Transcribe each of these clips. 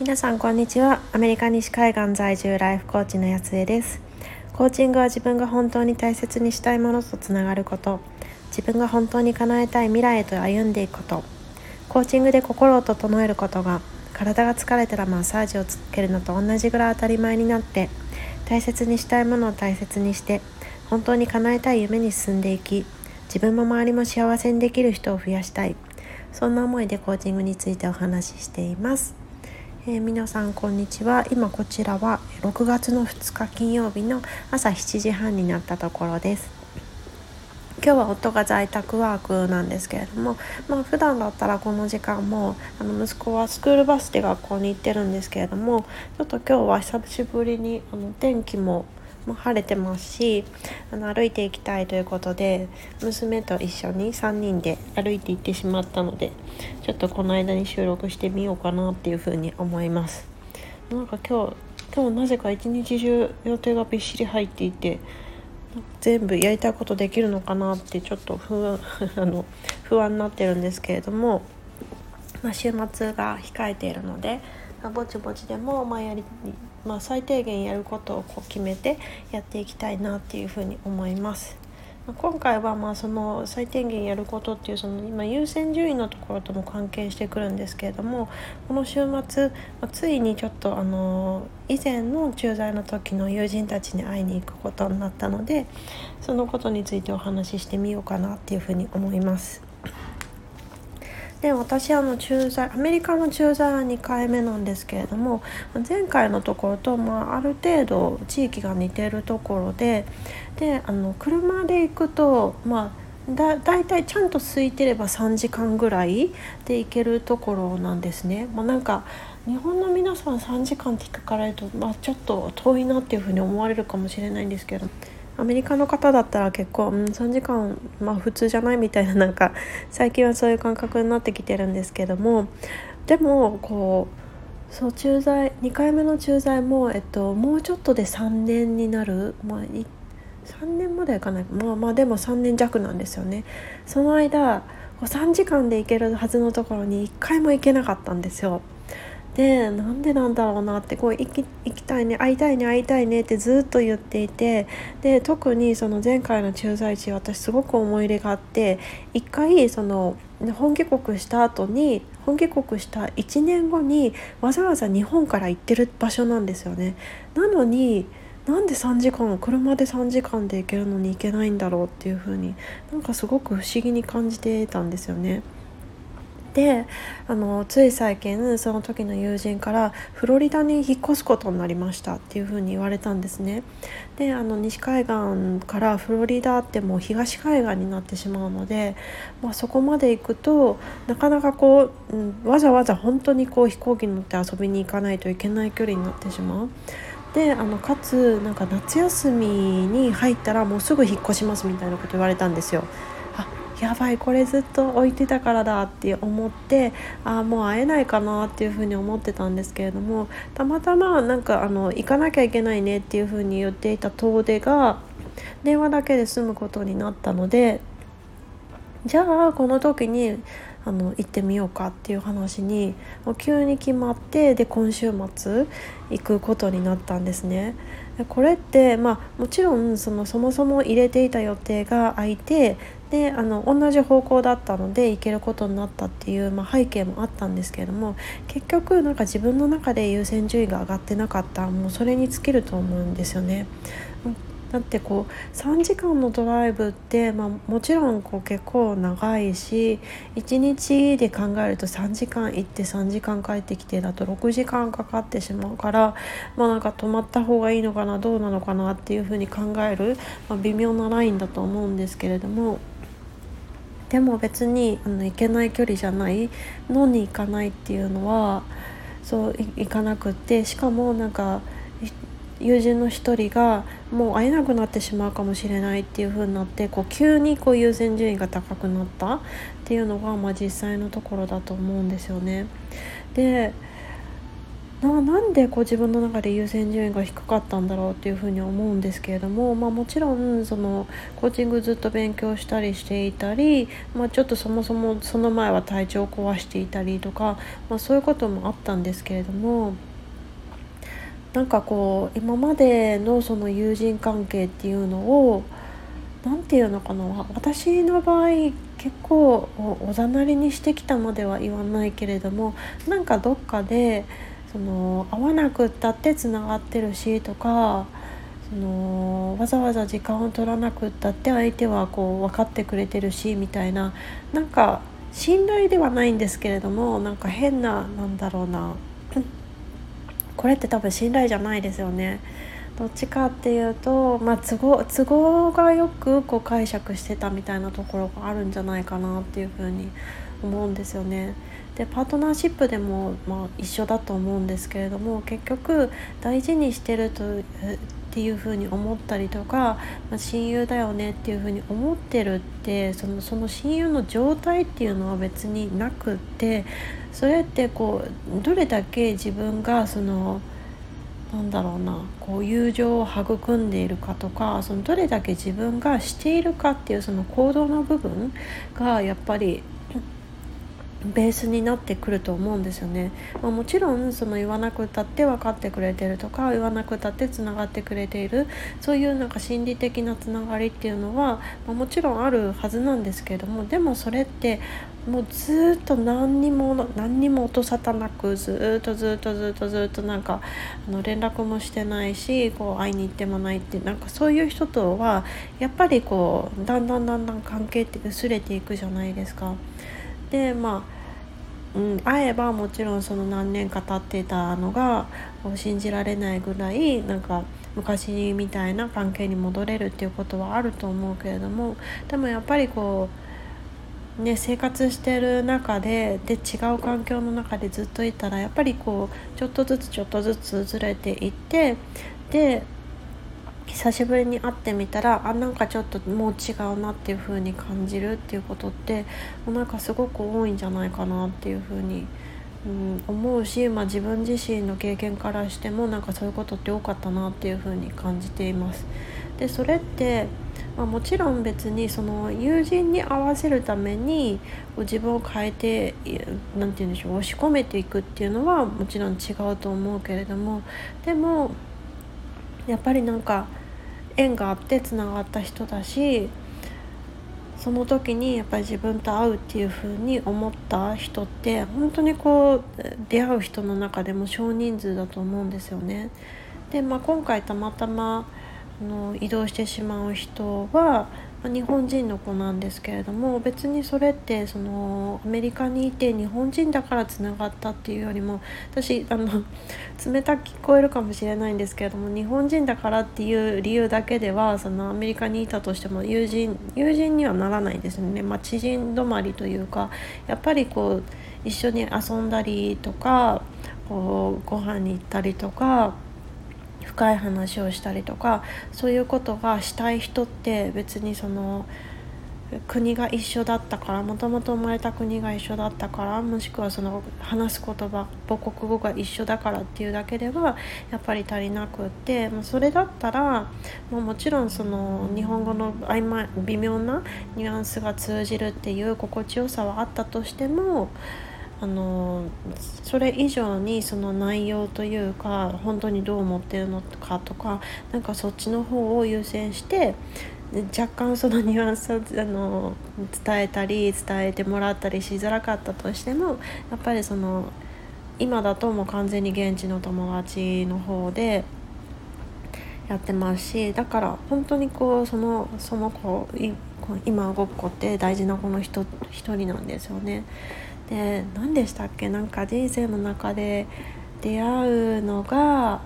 皆さんこんにちは。アメリカ西海岸在住ライフコーチのやつえです。コーチングは自分が本当に大切にしたいものとつながること、自分が本当に叶えたい未来へと歩んでいくこと、コーチングで心を整えることが体が疲れたらマッサージをつけるのと同じぐらい当たり前になって、大切にしたいものを大切にして本当に叶えたい夢に進んでいき、自分も周りも幸せにできる人を増やしたい、そんな思いでコーチングについてお話ししています。皆さんこんにちは。今こちらは6月の2日金曜日の朝7時半になったところです。今日は夫が在宅ワークなんですけれども、普段だったらこの時間も息子はスクールバスで学校に行ってるんですけれども、ちょっと今日は久しぶりに天気も晴れてますし、歩いていきたいということで娘と一緒に3人で歩いて行ってしまったので、ちょっとこの間に収録してみようかなっていうふうに思います。なんか今日なぜか一日中予定がびっしり入っていて、全部やりたいことできるのかなってちょっと不安になってるんですけれども、週末が控えているので、ぼちぼちでも最低限やることを決めてやっていきたいなっていうふうに思います。今回はその最低限やることっていう今優先順位のところとも関係してくるんですけれども、この週末、ついにちょっと以前の駐在の時の友人たちに会いに行くことになったので、そのことについてお話ししてみようかなっていうふうに思います。で、私アメリカの駐在は2回目なんですけれども、前回のところと、ある程度地域が似ているところで、車で行くと、だいたいちゃんと空いてれば3時間ぐらいで行けるところなんですね。なんか日本の皆さん3時間って聞かれると、ちょっと遠いなっていうふうに思われるかもしれないんですけど、アメリカの方だったら結構、3時間普通じゃないみたいな、最近はそういう感覚になってきてるんですけども、でも駐在2回目の駐在も、もうちょっとで3年になる、3年まではいかない、でも3年弱なんですよね。その間3時間で行けるはずのところに1回も行けなかったんですよ。で、なんでなんだろうなって、行きたいね、会いたいねってずっと言っていて、で特にその前回の駐在地、私すごく思い入れがあって、一回本帰国した1年後にわざわざ日本から行ってる場所なんですよね。なのになんで車で3時間で行けるのに行けないんだろうっていう風に、すごく不思議に感じてたんですよね。で、つい最近その時の友人からフロリダに引っ越すことになりましたっていう風に言われたんですね。で、西海岸からフロリダってもう東海岸になってしまうので、そこまで行くとなかなかわざわざ本当に飛行機に乗って遊びに行かないといけない距離になってしまう。で、かつ夏休みに入ったらもうすぐ引っ越しますみたいなこと言われたんですよ。やばい、これずっと置いてたからだって思って、もう会えないかなっていうふうに思ってたんですけれども、たまたま行かなきゃいけないねっていうふうに言っていた遠出が電話だけで済むことになったので、じゃあこの時に行ってみようかっていう話に急に決まって、で今週末行くことになったんですね。これってもちろんそもそも入れていた予定が空いて、で同じ方向だったので行けることになったっていう、背景もあったんですけれども、結局自分の中で優先順位が上がってなかった、もうそれに尽きると思うんですよね。だって3時間のドライブって、もちろん結構長いし、1日で考えると3時間行って3時間帰ってきてだと6時間かかってしまうから、泊まった方がいいのかな、どうなのかなっていうふうに考える、微妙なラインだと思うんですけれども、でも別に行けない距離じゃないのに行かないっていうのは、そう行かなくって、しかも友人の一人がもう会えなくなってしまうかもしれないっていう風になって、急に優先順位が高くなったっていうのが、実際のところだと思うんですよね。で、 なんでこう自分の中で優先順位が低かったんだろうっていうふうに思うんですけれども、もちろんそのコーチングずっと勉強したりしていたり、ちょっとそもそもその前は体調を壊していたりとか、そういうこともあったんですけれども、なんかこう今までのその友人関係っていうのをなんていうのかな、私の場合結構おざなりにしてきたまでは言わないけれども、なんかどっかでその会わなくったってつながってるしとか、そのわざわざ時間を取らなくったって相手はこう分かってくれてるしみたいな、なんか信頼ではないんですけれども、なんか変な、なんだろうなこれって多分信頼じゃないですよね。どっちかっていうと、都合がよくこう解釈してたみたいなところがあるんじゃないかなっていうふうに思うんですよね。でパートナーシップでも、一緒だと思うんですけれども、結局大事にしてるとっていうふうに思ったりとか、親友だよねっていうふうに思ってるって、その親友の状態っていうのは別になくって、それってこうどれだけ自分がそのなんだろうなこう友情を育んでいるかとか、そのどれだけ自分がしているかっていうその行動の部分がやっぱりベースになってくると思うんですよね。もちろんその言わなくたって分かってくれてるとか、言わなくたってつながってくれている、そういうなんか心理的なつながりっていうのは、もちろんあるはずなんですけれども、でもそれってもうずっと何にも音沙汰なくずっとなんか連絡もしてないし、こう会いに行ってもないって、なんかそういう人とはやっぱりこうだんだん関係って薄れていくじゃないですか。で会えばもちろんその何年か経ってたのが信じられないぐらいなんか昔みたいな関係に戻れるっていうことはあると思うけれども、でもやっぱりこうね生活してる中で違う環境の中でずっといたら、やっぱりこうちょっとずつずれていって、で久しぶりに会ってみたらなんかちょっともう違うなっていう風に感じるっていうことってなんかすごく多いんじゃないかなっていう風に、思うし、自分自身の経験からしてもなんかそういうことって多かったなっていう風に感じています。でそれって、もちろん別にその友人に合わせるために自分を変えてなんて言うんでしょう、押し込めていくっていうのはもちろん違うと思うけれども、でもやっぱりなんか縁があってつながった人だし、その時にやっぱり自分と会うっていう風に思った人って本当にこう出会う人の中でも少人数だと思うんですよね。で、今回たまたま移動してしまう人は、日本人の子なんですけれども、別にそれってそのアメリカにいて日本人だからつながったっていうよりも、私冷たく聞こえるかもしれないんですけれども、日本人だからっていう理由だけではそのアメリカにいたとしても友人にはならないですよね。知人止まりというか、やっぱりこう一緒に遊んだりとか、こうご飯に行ったりとか深い話をしたりとか、そういうことがしたい人って別にその国が一緒だったから、もともと生まれた国が一緒だったから、もしくはその話す言葉母国語が一緒だからっていうだけではやっぱり足りなくって、それだったらもちろんその日本語の微妙なニュアンスが通じるっていう心地よさはあったとしても、それ以上にその内容というか本当にどう思ってるのかとか、なんかそっちの方を優先して若干そのニュアンスを伝えてもらったりしづらかったとしても、やっぱりその今だともう完全に現地の友達の方でやってますし、だから本当にこうその子今ごっこって大事な子の一人なんですよね。で何でしたっけ、なんか人生の中で出会うのが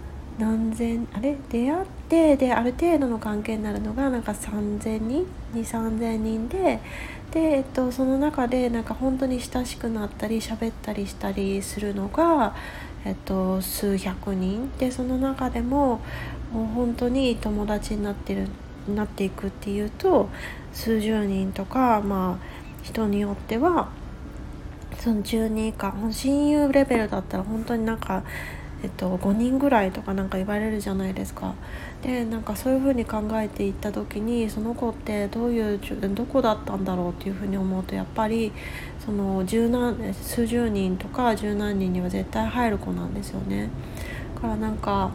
出会ってである程度の関係になるのがなんか3000人2、3000人で、その中でなんか本当に親しくなったり喋ったりしたりするのが、数百人で、その中でももう本当に友達になっていくっていうと数十人とか、人によってはその10人以下、親友レベルだったら本当になんか、5人ぐらいとかなんか言われるじゃないですか。でなんかそういう風に考えていった時に、その子ってどこだったんだろうっていう風に思うと、やっぱりその数十人とか十何人には絶対入る子なんですよね。だからなんか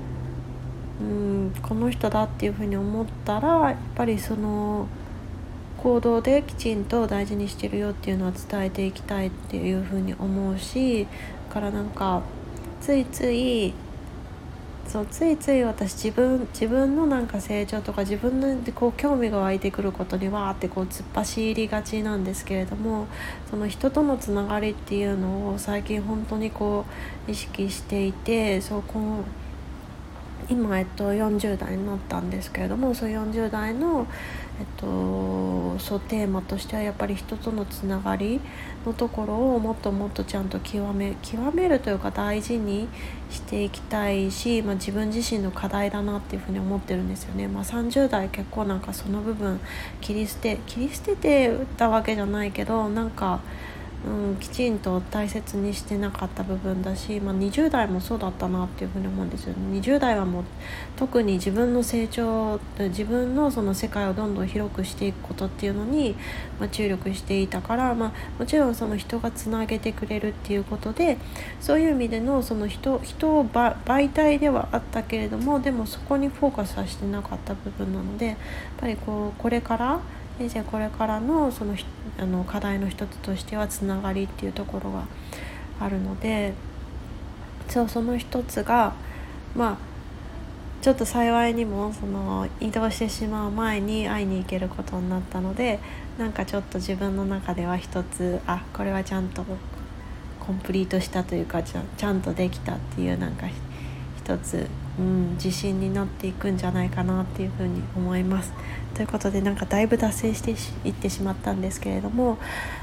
この人だっていう風に思ったら、やっぱりその行動できちんと大事にしてるよっていうのは伝えていきたいっていう風に思うし、だからなんかついつい私自分のなんか成長とか、自分のこう興味が湧いてくることにわーってこう突っ走りがちなんですけれども、その人とのつながりっていうのを最近本当にこう意識していて、今、40代になったんですけれども、そう40代の、テーマとしてはやっぱり人とのつながりのところをもっともっとちゃんと極めるというか大事にしていきたいし、自分自身の課題だなっていうふうに思ってるんですよね。30代結構なんかその部分切り捨ててたわけじゃないけど、なんかきちんと大切にしてなかった部分だし、20代もそうだったなっていうふうに思うんですよね。20代はもう特に自分の成長、自分のその世界をどんどん広くしていくことっていうのに、注力していたから、もちろんその人がつなげてくれるっていうことで、そういう意味でのその人を媒体ではあったけれども、でもそこにフォーカスはしてなかった部分なので、やっぱりこれからのその課題の一つとしてはつながりっていうところがあるので、その一つがちょっと幸いにもその移動してしまう前に会いに行けることになったので、なんかちょっと自分の中では一つこれはちゃんとコンプリートしたというか、ちゃんとできたっていう、なんか一つ、自信になっていくんじゃないかなっていうふうに思います。ということで、なんかだいぶ脱線していってしまったんですけれども、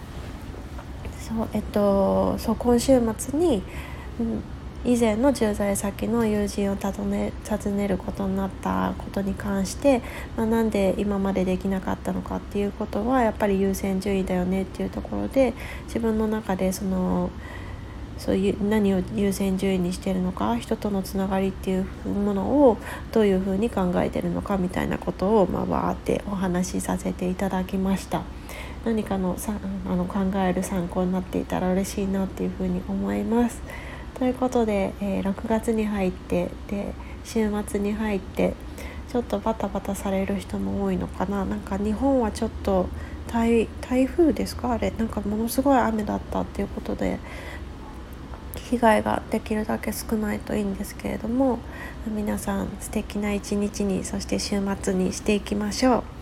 今週末に、以前の駐在先の友人を訪ねることになったことに関して、なんで今までできなかったのかっていうことは、やっぱり優先順位だよねっていうところで、自分の中でそういう何を優先順位にしているのか、人とのつながりっていうものをどういうふうに考えているのかみたいなことをわーってお話しさせていただきました。何かの考える参考になっていたら嬉しいなっていうふうに思います。ということで、6月に入ってで週末に入ってちょっとバタバタされる人も多いのかな。なんか日本はちょっと台風ですか、あれなんかものすごい雨だったっていうことで、被害ができるだけ少ないといいんですけれども、皆さん素敵な一日に、そして週末にしていきましょう。